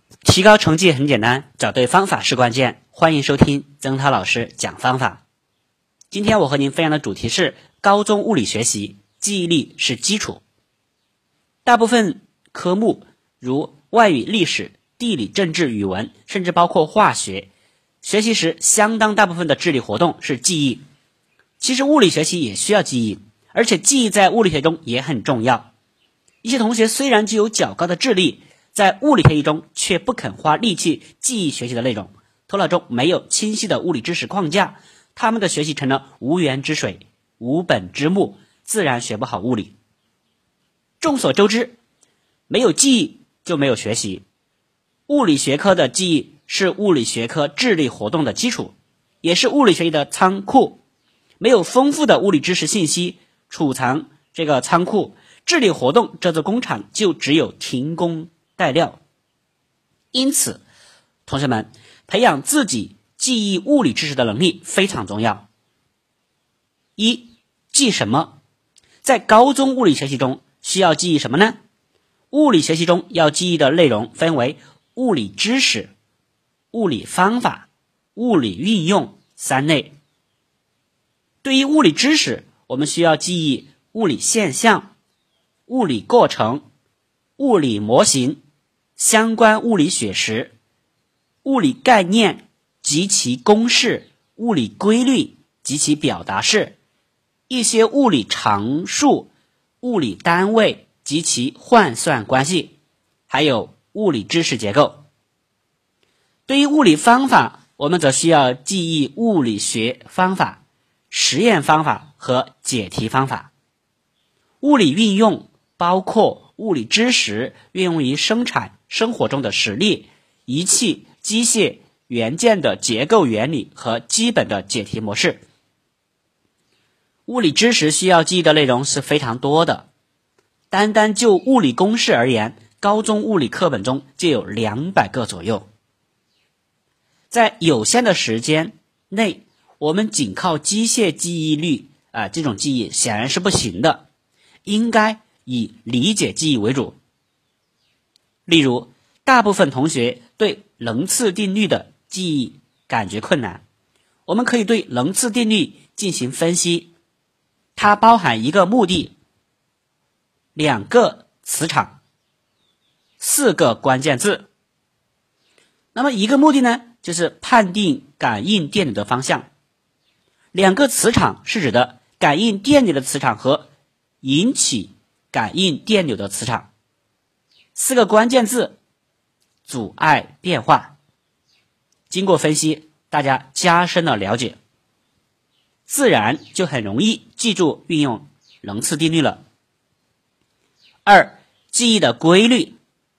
提高成绩很简单，找对方法是关键。欢迎收听曾涛老师讲方法。今天我和您分享的主题是高中物理学习，记忆力是基础。大部分科目如外语、历史、地理、政治、语文，甚至包括化学，学习时相当大部分的智力活动是记忆。其实物理学习也需要记忆，而且记忆在物理学中也很重要。一些同学虽然具有较高的智力，在物理学习中却不肯花力气记忆学习的内容，头脑中没有清晰的物理知识框架，他们的学习成了无源之水、无本之木，自然学不好物理。众所周知，没有记忆就没有学习。物理学科的记忆是物理学科智力活动的基础，也是物理学习的仓库。没有丰富的物理知识信息储藏这个仓库，智力活动这座工厂就只有停工待料。因此，同学们，培养自己记忆物理知识的能力非常重要。一、记什么？在高中物理学习中需要记忆什么呢？物理学习中要记忆的内容分为物理知识、物理方法、物理运用三类。对于物理知识，我们需要记忆物理现象、物理过程、物理模型、相关物理学识、物理概念及其公式、物理规律及其表达式、一些物理常数、物理单位及其换算关系，还有物理知识结构。对于物理方法，我们则需要记忆物理学方法、实验方法和解题方法。物理运用包括物理知识运用于生产生活中的实例、仪器、机械、元件的结构原理和基本的解题模式。物理知识需要记忆的内容是非常多的，单单就物理公式而言，高中物理课本中就有200个左右。在有限的时间内，我们仅靠机械记忆力这种记忆显然是不行的，应该以理解记忆为主。例如，大部分同学对楞次定律的记忆感觉困难，我们可以对楞次定律进行分析。它包含一个目的、2个磁场、4个关键字。那么一个目的呢，就是判定感应电流的方向。2个磁场是指的感应电流的磁场和引起感应电流的磁场。4个关键字，阻碍变化。经过分析，大家加深了了解，自然就很容易记住运用楞次定律了。2、记忆的规律。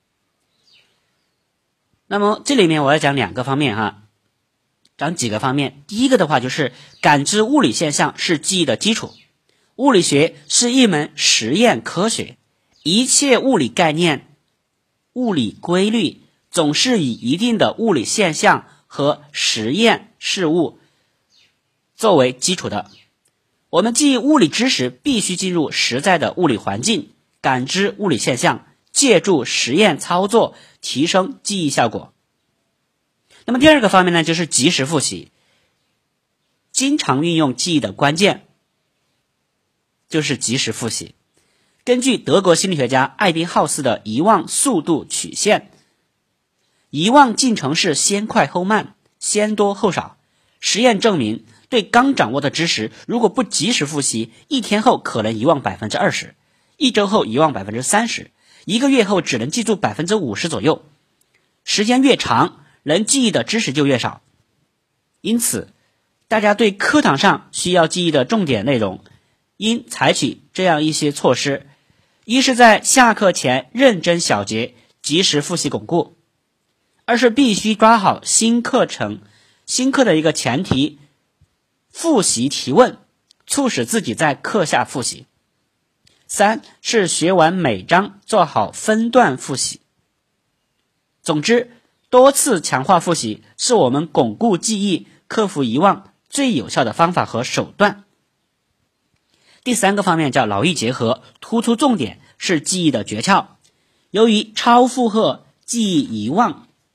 那么这里面我要讲2个方面讲几个方面。第一个的话就是感知物理现象是记忆的基础。物理学是一门实验科学，一切物理概念、物理规律总是以一定的物理现象和实验事物作为基础的。我们记忆物理知识必须进入实在的物理环境，感知物理现象，借助实验操作提升记忆效果。那么第2个方面呢，就是及时复习。经常运用记忆的关键就是及时复习。根据德国心理学家艾宾浩斯的遗忘速度曲线，遗忘进程是先快后慢，先多后少。实验证明，对刚掌握的知识，如果不及时复习，1天后可能遗忘 20%， 1周后遗忘 30%， 1个月后只能记住 50% 左右。时间越长，能记忆的知识就越少。因此，大家对课堂上需要记忆的重点内容，应采取这样一些措施：一是在下课前认真小结，及时复习巩固；二是必须抓好新课的一个前提，复习提问，促使自己在课下复习；三是学完每章做好分段复习。总之，多次强化复习是我们巩固记忆、克服遗忘最有效的方法和手段。第3个方面叫劳逸结合，突出重点是记忆的诀窍。由于超负荷、记忆遗忘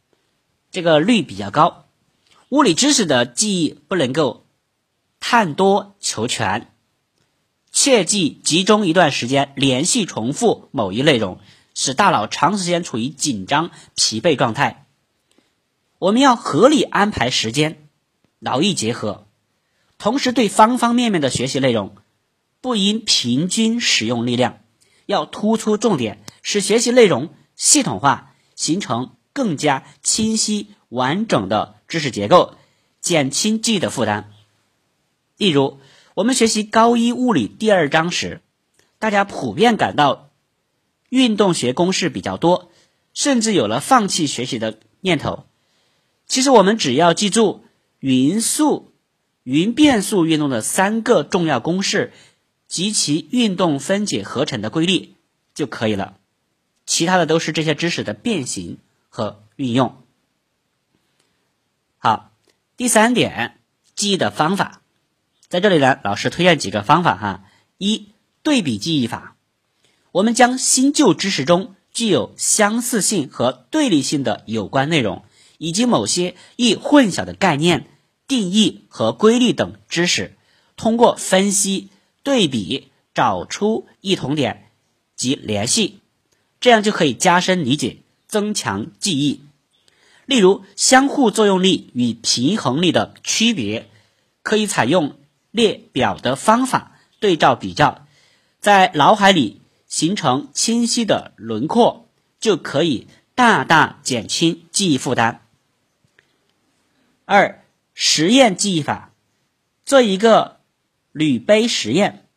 这个率比较高。物理知识的记忆不能够探多求全，切忌集中一段时间连续重复某一内容，使大脑长时间处于紧张疲惫状态。我们要合理安排时间，劳逸结合，同时对方方面面的学习内容不应平均使用力量，要突出重点，使学习内容系统化，形成更加清晰完整的知识结构，减轻记忆的负担。例如，我们学习高一物理第2章时，大家普遍感到运动学公式比较多，甚至有了放弃学习的念头。其实我们只要记住匀变速运动的3个重要公式及其运动分解合成的规律就可以了，其他的都是这些知识的变形和运用。好，第3点，记忆的方法。在这里呢，老师推荐几个方法哈。一、对比记忆法。我们将新旧知识中具有相似性和对立性的有关内容，以及某些易混淆的概念、定义和规律等知识，通过分析、对比找出异同点及联系，这样就可以加深理解，增强记忆。例如，相互作用力与平衡力的区别，可以采用列表的方法对照比较，在脑海里形成清晰的轮廓，就可以大大减轻记忆负担。2、实验记忆法。做一个铝杯实验，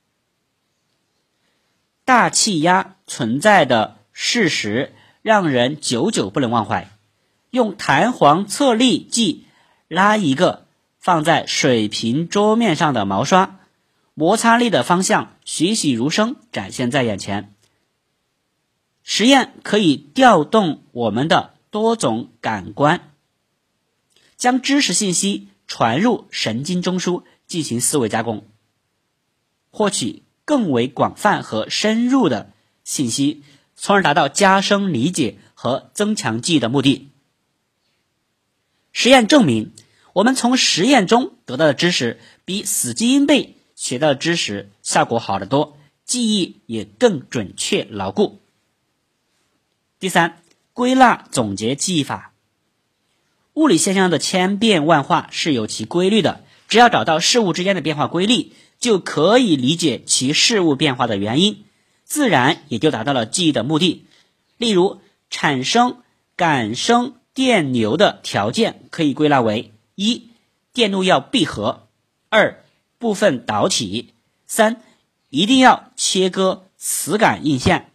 大气压存在的事实让人久久不能忘怀。用弹簧测力计拉一个放在水平桌面上的毛刷，摩擦力的方向栩栩如生展现在眼前。实验可以调动我们的多种感官，将知识信息传入神经中枢进行思维加工，获取更为广泛和深入的信息，从而达到加深理解和增强记忆的目的。实验证明，我们从实验中得到的知识比死记硬背学到的知识效果好得多，记忆也更准确牢固。第3，归纳总结记忆法。物理现象的千变万化是有其规律的，只要找到事物之间的变化规律，就可以理解其事物变化的原因，自然也就达到了记忆的目的。例如，产生感生电流的条件可以归纳为： 1. 电路要闭合， 2. 部分导体， 3. 一定要切割磁感应线。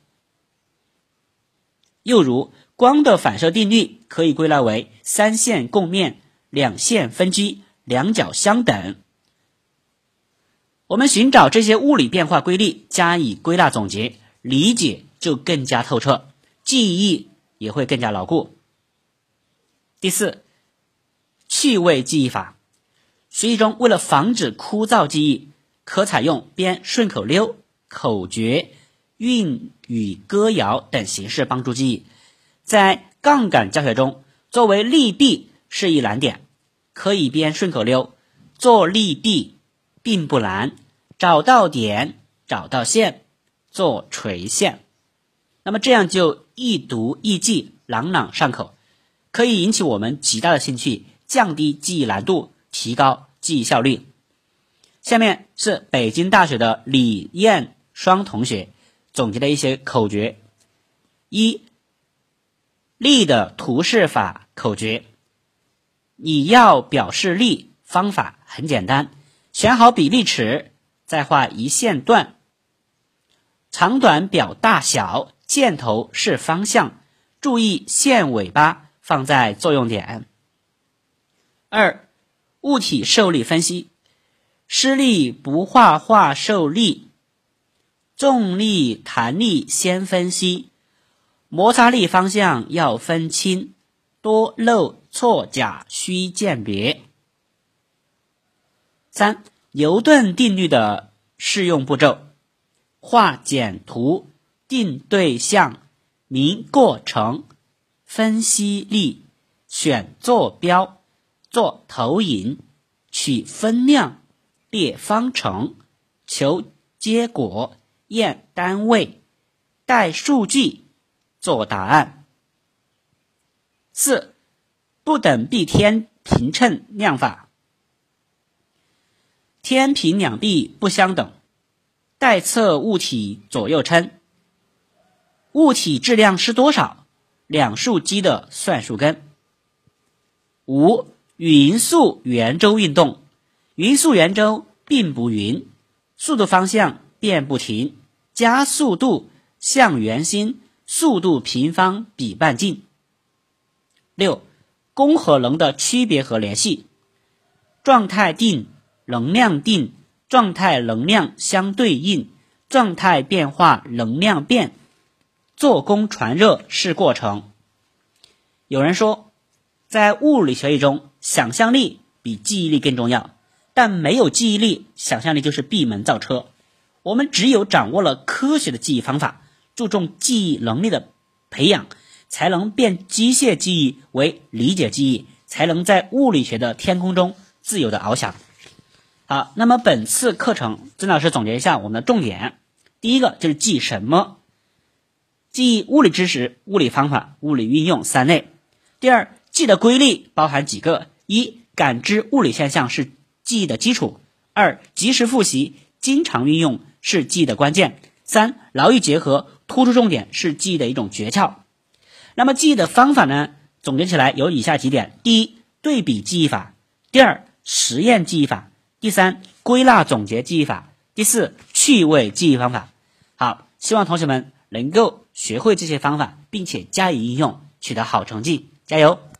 又如，光的反射定律可以归纳为3线共面、2线分居、两角相等。我们寻找这些物理变化规律，加以归纳总结，理解就更加透彻，记忆也会更加牢固。第4，趣味记忆法。学习中为了防止枯燥记忆，可采用编顺口溜、口诀、韵语歌谣等形式帮助记忆。在杠杆教学中，作为利弊是一难点，可以编顺口溜，做利弊并不难，找到点，找到线，做垂线。那么这样就易读易记，朗朗上口，可以引起我们极大的兴趣，降低记忆难度，提高记忆效率。下面是北京大学的李艳双同学总结的一些口诀。1、力的图示法口诀。你要表示力，方法很简单，选好比例尺，再画一线段，长短表大小，箭头是方向，注意线尾巴放在作用点。2、物体受力分析。施力不画画受力，重力弹力先分析，摩擦力方向要分清，多漏错假需鉴别。3、牛顿定律的适用步骤。画简图，定对象，明过程，分析力， 选坐标，做投影，取分量，列方程，求结果，验单位，带数据，做答案。4. 不等臂天平称量法。天平两臂不相等，待测物体左右称。物体质量是多少？两数积的算术根。5. 匀速圆周运动。匀速圆周并不匀，速度方向变不停，加速度向圆心，速度平方比半径。6. 功和能的区别和联系。状态定，能量定，状态能量相对应，状态变化能量变，做功传热是过程。有人说，在物理学习中，想象力比记忆力更重要，但没有记忆力，想象力就是闭门造车。我们只有掌握了科学的记忆方法，注重记忆能力的培养，才能变机械记忆为理解记忆，才能在物理学的天空中自由的翱翔。好，那么本次课程，曾老师总结一下我们的重点。第一个就是记什么，记物理知识、物理方法、物理运用3类。第二，记的规律包含几个：1. 感知物理现象是记忆的基础； 2. 及时复习、经常运用是记忆的关键； 3. 劳逸结合、突出重点是记忆的一种诀窍。那么记忆的方法呢，总结起来有以下几点：第一，对比记忆法；第二，实验记忆法；第三，归纳总结记忆法；第四，趣味记忆方法。好，希望同学们能够学会这些方法，并且加以应用，取得好成绩，加油！